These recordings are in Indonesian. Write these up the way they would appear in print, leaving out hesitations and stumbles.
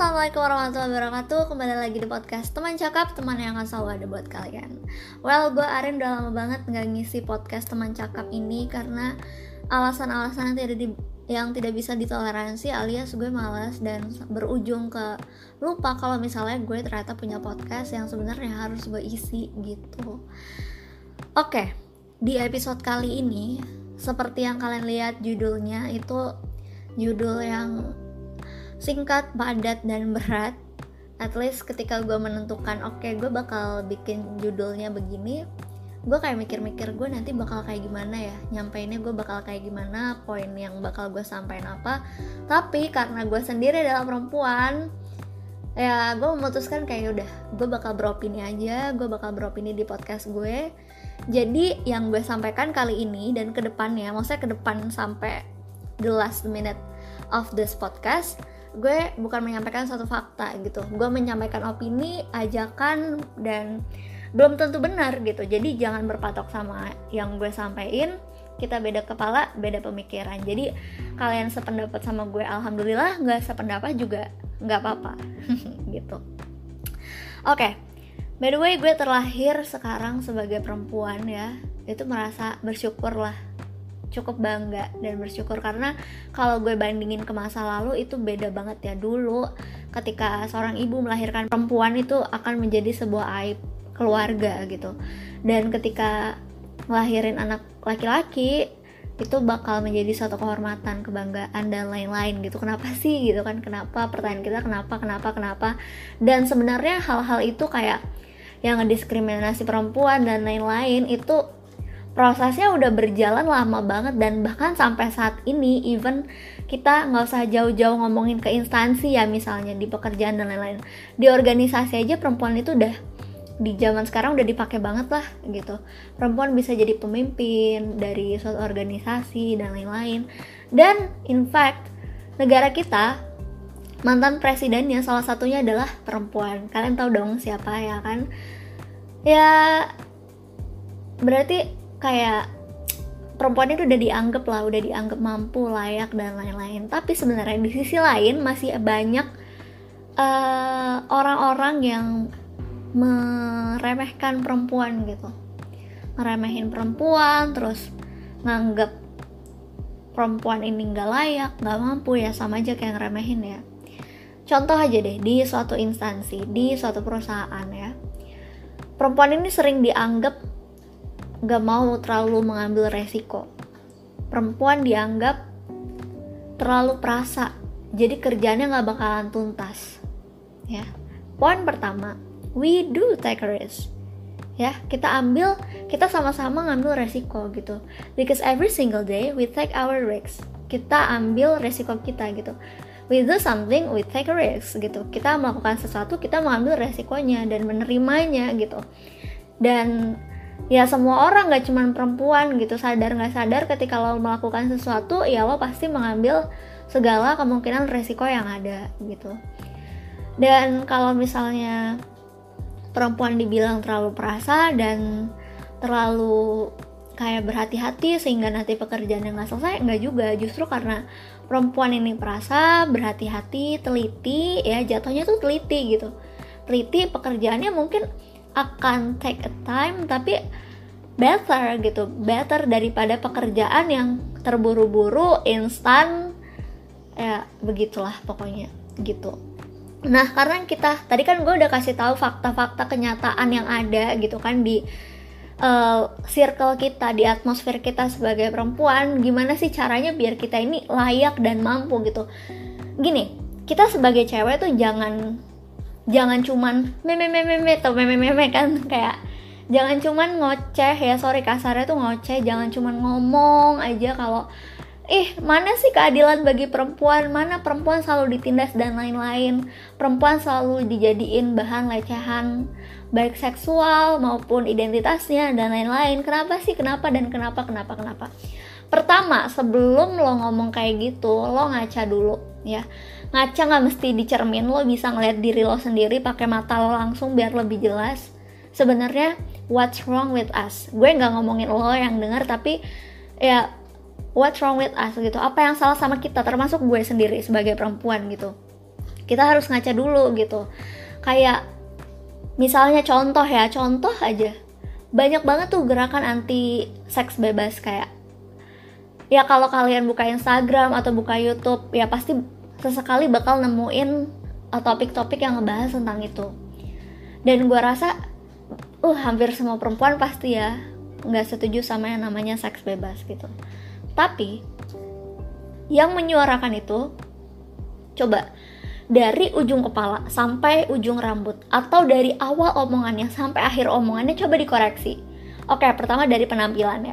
Assalamualaikum warahmatullahi wabarakatuh. Kembali lagi di podcast Teman Cakap, teman yang akan selalu ada buat kalian. Well, gue Arin udah lama banget gak ngisi podcast Teman Cakap ini karena alasan-alasan yang tidak bisa ditoleransi, alias gue malas dan berujung ke lupa kalau misalnya gue ternyata punya podcast yang sebenarnya harus gue isi gitu. Oke, di episode kali ini seperti yang kalian lihat judulnya, itu judul yang singkat, padat, dan berat. At least ketika gue menentukan gue bakal bikin judulnya begini, gue kayak mikir-mikir gue nanti bakal kayak gimana ya, nyampeinnya gue bakal kayak gimana, poin yang bakal gue sampein apa. Tapi karena gue sendiri adalah perempuan, ya gue memutuskan kayak udah, gue bakal beropini aja, gue bakal beropini di podcast gue. Jadi yang gue sampaikan kali ini dan kedepannya, maksudnya ke depan sampai the last minute of this podcast, gue bukan menyampaikan satu fakta gitu, gue menyampaikan opini, ajakan, dan belum tentu benar gitu. Jadi jangan berpatok sama yang gue sampaikan. Kita beda kepala, beda pemikiran. Jadi kalian sependapat sama gue, alhamdulillah. Nggak sependapat juga nggak apa-apa gitu. Oke, by the way, gue terlahir sekarang sebagai perempuan ya. Itu merasa bersyukur lah, cukup bangga dan bersyukur karena kalau gue bandingin ke masa lalu itu beda banget ya. Dulu ketika seorang ibu melahirkan perempuan itu akan menjadi sebuah aib keluarga gitu, dan ketika ngelahirin anak laki-laki itu bakal menjadi suatu kehormatan, kebanggaan, dan lain-lain gitu. Kenapa sih gitu kan, kenapa, pertanyaan kita kenapa, dan sebenarnya hal-hal itu kayak yang ngediskriminasi perempuan dan lain-lain itu prosesnya udah berjalan lama banget, dan bahkan sampai saat ini even kita nggak usah jauh-jauh ngomongin ke instansi ya, misalnya di pekerjaan dan lain-lain, di organisasi aja perempuan itu udah di zaman sekarang udah dipakai banget lah gitu. Perempuan bisa jadi pemimpin dari suatu organisasi dan lain-lain. Dan in fact negara kita mantan presidennya salah satunya adalah perempuan. Kalian tahu dong siapa ya kan? Ya berarti kayak perempuan itu udah dianggap mampu, layak, dan lain-lain. Tapi sebenarnya di sisi lain masih banyak orang-orang yang meremehkan perempuan gitu, ngeremehin perempuan, terus nganggap perempuan ini nggak layak, nggak mampu, ya sama aja kayak ngeremehin ya. Contoh aja deh, di suatu instansi, di suatu perusahaan ya, perempuan ini sering dianggap nggak mau terlalu mengambil resiko. Perempuan dianggap terlalu perasa, jadi kerjanya nggak bakalan tuntas ya. Poin pertama, we do take a risk ya, kita sama-sama ngambil resiko gitu, because every single day we take our risks, kita ambil resiko kita gitu. We do something, we take a risk gitu, kita melakukan sesuatu, kita mengambil resikonya dan menerimanya gitu. Dan ya semua orang, gak cuma perempuan gitu, sadar gak sadar ketika lo melakukan sesuatu ya lo pasti mengambil segala kemungkinan resiko yang ada gitu. Dan kalau misalnya perempuan dibilang terlalu perasa dan terlalu kayak berhati-hati sehingga nanti pekerjaannya nggak selesai, nggak juga. Justru karena perempuan ini perasa, berhati-hati, teliti ya, jatuhnya tuh teliti gitu. Teliti, pekerjaannya mungkin akan take a time tapi better gitu, better daripada pekerjaan yang terburu-buru, instan ya, begitulah pokoknya gitu. Nah, karena tadi kan gue udah kasih tahu fakta-fakta kenyataan yang ada gitu kan di circle kita, di atmosfer kita sebagai perempuan. Gimana sih caranya biar kita ini layak dan mampu gitu. Gini, kita sebagai cewek tuh jangan cuman meme kan, kayak jangan cuman ngoceh ya, sorry kasarnya tuh ngoceh, jangan cuman ngomong aja kalau mana sih keadilan bagi perempuan, mana perempuan selalu ditindas dan lain-lain, perempuan selalu dijadiin bahan lecehan baik seksual maupun identitasnya dan lain-lain. Kenapa sih, kenapa. Pertama, sebelum lo ngomong kayak gitu, lo ngaca dulu ya. Ngaca gak mesti dicermin, lo bisa ngeliat diri lo sendiri pakai mata lo langsung biar lebih jelas sebenarnya what's wrong with us. Gue gak ngomongin lo yang denger, tapi ya what's wrong with us gitu, apa yang salah sama kita, termasuk gue sendiri sebagai perempuan gitu. kita harus ngaca dulu gitu. Kayak misalnya contoh aja, banyak banget tuh gerakan anti seks bebas. Kayak ya kalau kalian buka Instagram atau buka YouTube, ya pasti sesekali bakal nemuin topik-topik yang ngebahas tentang itu. Dan gue rasa hampir semua perempuan pasti ya nggak setuju sama yang namanya seks bebas gitu. Tapi yang menyuarakan itu, coba dari ujung kepala sampai ujung rambut, atau dari awal omongannya sampai akhir omongannya coba dikoreksi. Oke, pertama dari penampilan ya.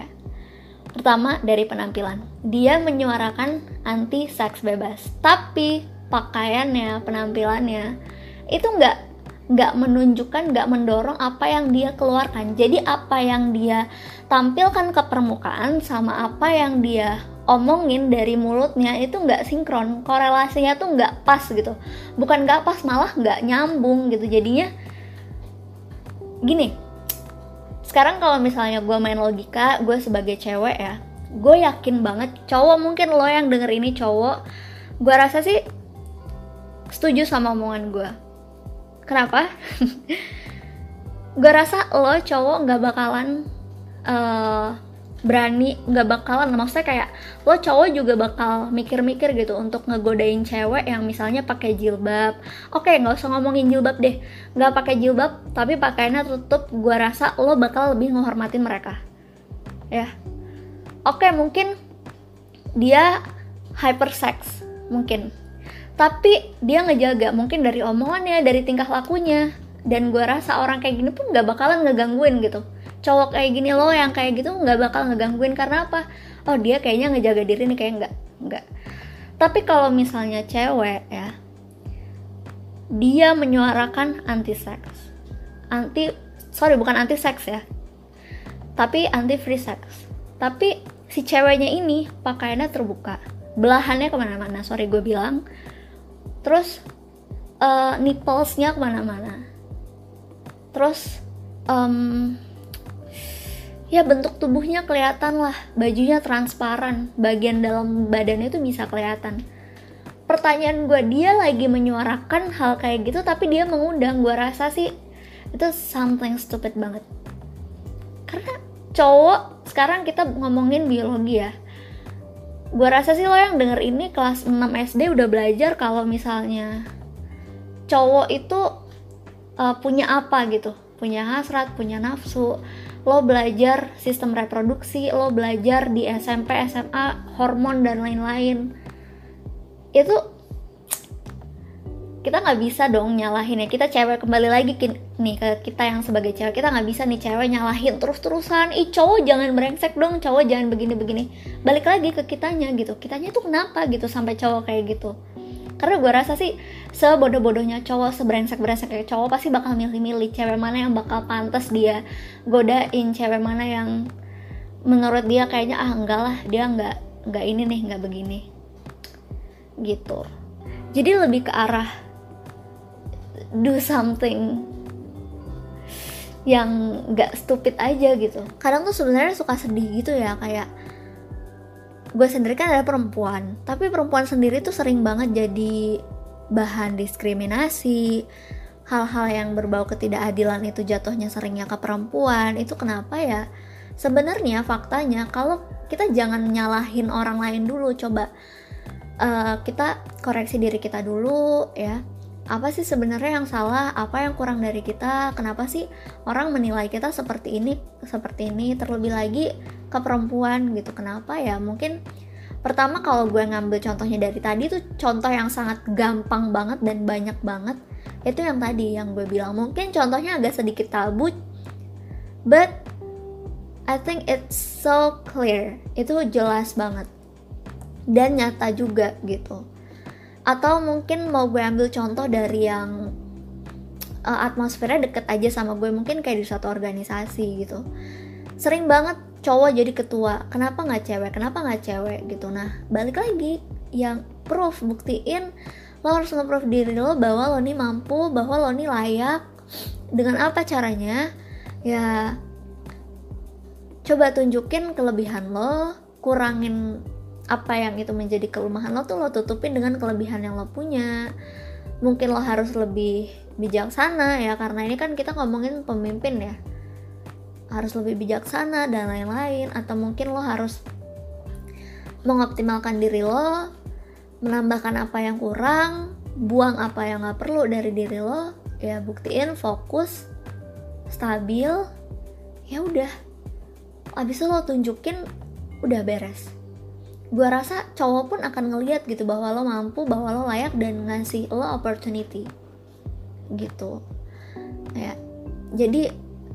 Dia menyuarakan anti seks bebas, tapi pakaiannya, penampilannya itu nggak menunjukkan, nggak mendorong apa yang dia keluarkan. Jadi apa yang dia tampilkan ke permukaan sama apa yang dia omongin dari mulutnya itu nggak sinkron, korelasinya tuh nggak pas gitu. Bukan nggak pas, malah nggak nyambung gitu. Jadinya gini, sekarang kalau misalnya gue main logika, gue sebagai cewek ya, gue yakin banget cowok, mungkin lo yang denger ini cowok, gue rasa sih setuju sama omongan gue. Kenapa? Gue rasa lo cowok nggak bakalan berani, maksudnya kayak lo cowok juga bakal mikir-mikir gitu untuk ngegodain cewek yang misalnya pakai jilbab. Oke, nggak usah ngomongin jilbab deh, nggak pakai jilbab tapi pakaiannya tutup, gue rasa lo bakal lebih menghormatin mereka ya. Oke, mungkin dia hypersex mungkin, tapi dia ngejaga mungkin dari omongannya, dari tingkah lakunya. Dan gue rasa orang kayak gini pun gak bakalan ngegangguin gitu. Cowok kayak gini lo yang kayak gitu gak bakal ngegangguin. Karena apa? Oh, dia kayaknya ngejaga diri nih, kayak enggak. Tapi kalau misalnya cewek ya, dia menyuarakan anti-seks, bukan anti-seks ya, tapi anti-free sex. Tapi si ceweknya ini pakaiannya terbuka, belahannya kemana-mana, gue bilang. Terus nipplesnya kemana-mana. Terus ya bentuk tubuhnya kelihatan lah, bajunya transparan, bagian dalam badannya itu bisa kelihatan. Pertanyaan gue, dia lagi menyuarakan hal kayak gitu tapi dia mengundang, gue rasa sih itu something stupid banget. Karena cowok, sekarang kita ngomongin biologi ya, gue rasa sih lo yang denger ini kelas 6 SD udah belajar kalau misalnya cowok itu punya apa gitu, punya hasrat, punya nafsu. Lo belajar sistem reproduksi, lo belajar di SMP, SMA, hormon dan lain-lain. Itu kita nggak bisa dong nyalahin ya. Kita cewek, kembali lagi nih ke kita yang sebagai cewek, kita nggak bisa nih cewek nyalahin terus-terusan. Cowok jangan brengsek dong, cowok jangan begini-begini. Balik lagi ke kitanya gitu, kitanya tuh kenapa gitu sampai cowok kayak gitu. Karena gue rasa sih sebodoh-bodohnya cowok, sebrengsek-brengsek kayak cowok pasti bakal milih-milih cewek mana yang bakal pantas dia godain, cewek mana yang menurut dia kayaknya enggak lah, dia enggak ini nih, enggak begini gitu. Jadi lebih ke arah do something yang enggak stupid aja gitu. Kadang tuh sebenarnya suka sedih gitu ya, kayak gue sendiri kan adalah perempuan, tapi perempuan sendiri tuh sering banget jadi bahan diskriminasi. Hal-hal yang berbau ketidakadilan itu jatuhnya seringnya ke perempuan. Itu kenapa ya? Sebenarnya faktanya kalau kita jangan nyalahin orang lain dulu, coba kita koreksi diri kita dulu ya. Apa sih sebenarnya yang salah? Apa yang kurang dari kita? Kenapa sih orang menilai kita seperti ini? Terlebih lagi ke perempuan gitu. Kenapa ya? Mungkin pertama kalau gue ngambil contohnya dari tadi tuh contoh yang sangat gampang banget dan banyak banget. Itu yang tadi yang gue bilang, mungkin contohnya agak sedikit tabu, but I think it's so clear. Itu jelas banget dan nyata juga gitu. Atau mungkin mau gue ambil contoh dari yang atmosfernya deket aja sama gue, mungkin kayak di suatu organisasi gitu. Sering banget cowok jadi ketua, kenapa nggak cewek gitu. Nah, balik lagi yang proof, buktiin. Lo harus nge-proof diri lo bahwa lo nih mampu, bahwa lo nih layak. Dengan apa caranya? Ya coba tunjukin kelebihan lo, kurangin apa yang itu menjadi kelemahan lo tuh lo tutupin dengan kelebihan yang lo punya. mungkin lo harus lebih bijaksana ya, karena ini kan kita ngomongin pemimpin ya, harus lebih bijaksana dan lain-lain. Atau mungkin lo harus mengoptimalkan diri lo, menambahkan apa yang kurang, buang apa yang gak perlu dari diri lo. Ya buktiin fokus, stabil, ya udah, abis itu lo tunjukin, udah beres. Gue rasa cowok pun akan ngeliat gitu bahwa lo mampu, bahwa lo layak, dan ngasih lo opportunity gitu ya. Jadi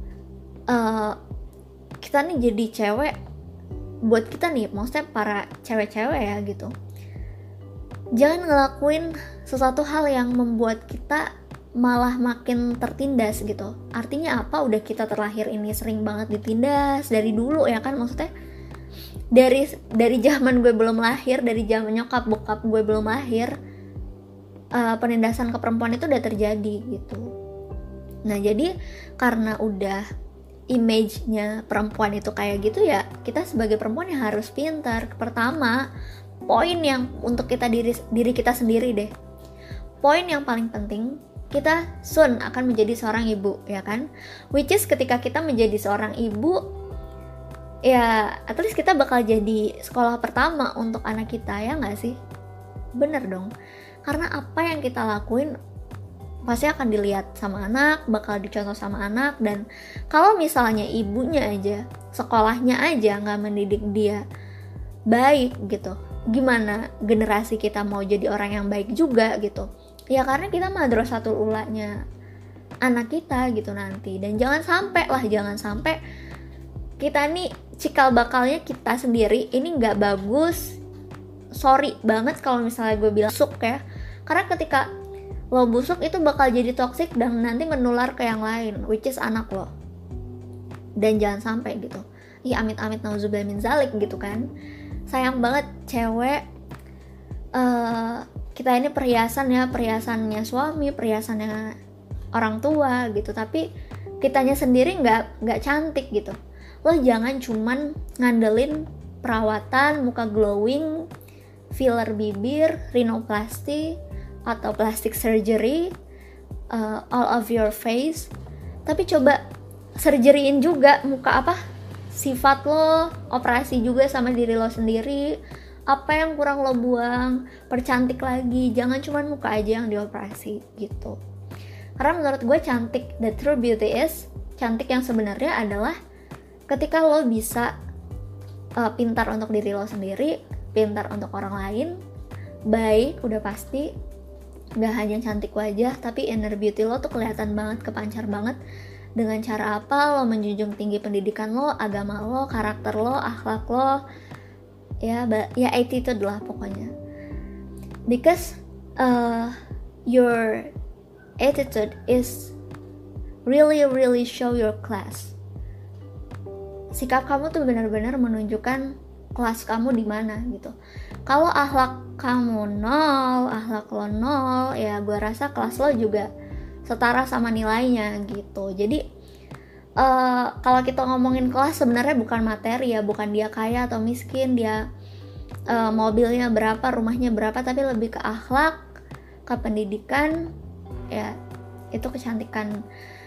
kita nih jadi cewek, buat kita nih, maksudnya para cewek-cewek ya gitu, jangan ngelakuin sesuatu hal yang membuat kita malah makin tertindas gitu. Artinya apa? Udah kita terlahir ini sering banget ditindas dari dulu ya kan, maksudnya dari zaman gue belum lahir, dari zaman nyokap bokap gue belum lahir, penindasan ke perempuan itu udah terjadi gitu. Nah jadi karena udah image-nya perempuan itu kayak gitu ya, kita sebagai perempuan yang harus pintar. Pertama, poin yang untuk kita diri kita sendiri deh. Poin yang paling penting, kita soon akan menjadi seorang ibu ya kan, which is ketika kita menjadi seorang ibu ya, at least kita bakal jadi sekolah pertama untuk anak kita, ya gak sih? Bener dong, karena apa yang kita lakuin pasti akan dilihat sama anak, bakal dicontoh sama anak. Dan kalau misalnya ibunya aja, sekolahnya aja gak mendidik dia baik gitu, gimana generasi kita mau jadi orang yang baik juga gitu? Ya karena kita madrasatul ulanya anak kita gitu nanti. Dan jangan sampai kita nih cikal bakalnya kita sendiri ini nggak bagus. Sorry banget kalau misalnya gue bilang busuk ya, karena ketika lo busuk itu bakal jadi toxic dan nanti menular ke yang lain, which is anak lo. Dan jangan sampai gitu, ya amit-amit nauzubillah min zalik gitu kan. Sayang banget cewek, kita ini perhiasannya suami, perhiasannya orang tua gitu, tapi kitanya sendiri nggak cantik gitu. Lo jangan cuman ngandelin perawatan muka glowing, filler bibir, rhinoplasty atau plastic surgery, all of your face, tapi coba surgeryin juga muka sifat lo, operasi juga sama diri lo sendiri. Apa yang kurang lo buang, percantik lagi. Jangan cuma muka aja yang dioperasi gitu. Karena menurut gue cantik, the true beauty is, cantik yang sebenarnya adalah ketika lo bisa pintar untuk diri lo sendiri, pintar untuk orang lain, baik udah pasti. Gak hanya cantik wajah, tapi inner beauty lo tuh kelihatan banget, kepancar banget. Dengan cara apa? Lo menjunjung tinggi pendidikan lo, agama lo, karakter lo, akhlak lo, ya attitude lah pokoknya. Because your attitude is really show your class. Sikap kamu tuh benar-benar menunjukkan kelas kamu di mana gitu. Kalau akhlak kamu nol, akhlak lo nol, ya gue rasa kelas lo juga setara sama nilainya gitu. Jadi kalau kita ngomongin kelas sebenarnya bukan materi ya, bukan dia kaya atau miskin, dia mobilnya berapa, rumahnya berapa, tapi lebih ke akhlak, ke pendidikan, ya itu kecantikan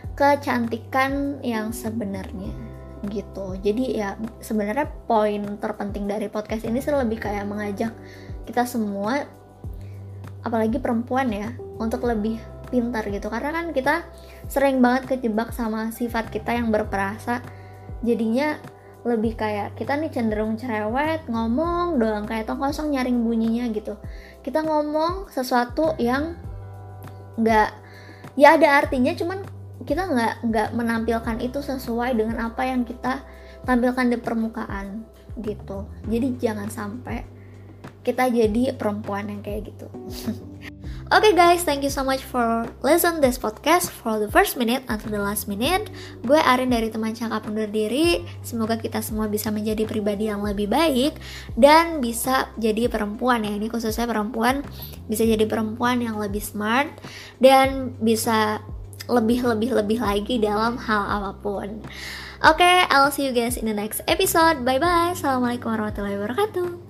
yang sebenarnya gitu. Jadi ya sebenarnya poin terpenting dari podcast ini sih lebih kayak mengajak kita semua, apalagi perempuan ya, untuk lebih pintar gitu. Karena kan kita sering banget kejebak sama sifat kita yang berperasa. Jadinya lebih kayak kita nih cenderung cerewet, ngomong doang kayak tong kosong nyaring bunyinya gitu. Kita ngomong sesuatu yang nggak, ya ada artinya, cuman kita nggak menampilkan itu sesuai dengan apa yang kita tampilkan di permukaan gitu. Jadi jangan sampai kita jadi perempuan yang kayak gitu. Okay guys, thank you so much for listen this podcast for the first minute until the last minute. Gue Arin dari Teman Cakap Undur Diri. Semoga kita semua bisa menjadi pribadi yang lebih baik dan bisa jadi perempuan ya. Ini khususnya perempuan, bisa jadi perempuan yang lebih smart dan bisa lebih lagi dalam hal apapun. Okay, I'll see you guys in the next episode. Bye bye. Assalamualaikum warahmatullahi wabarakatuh.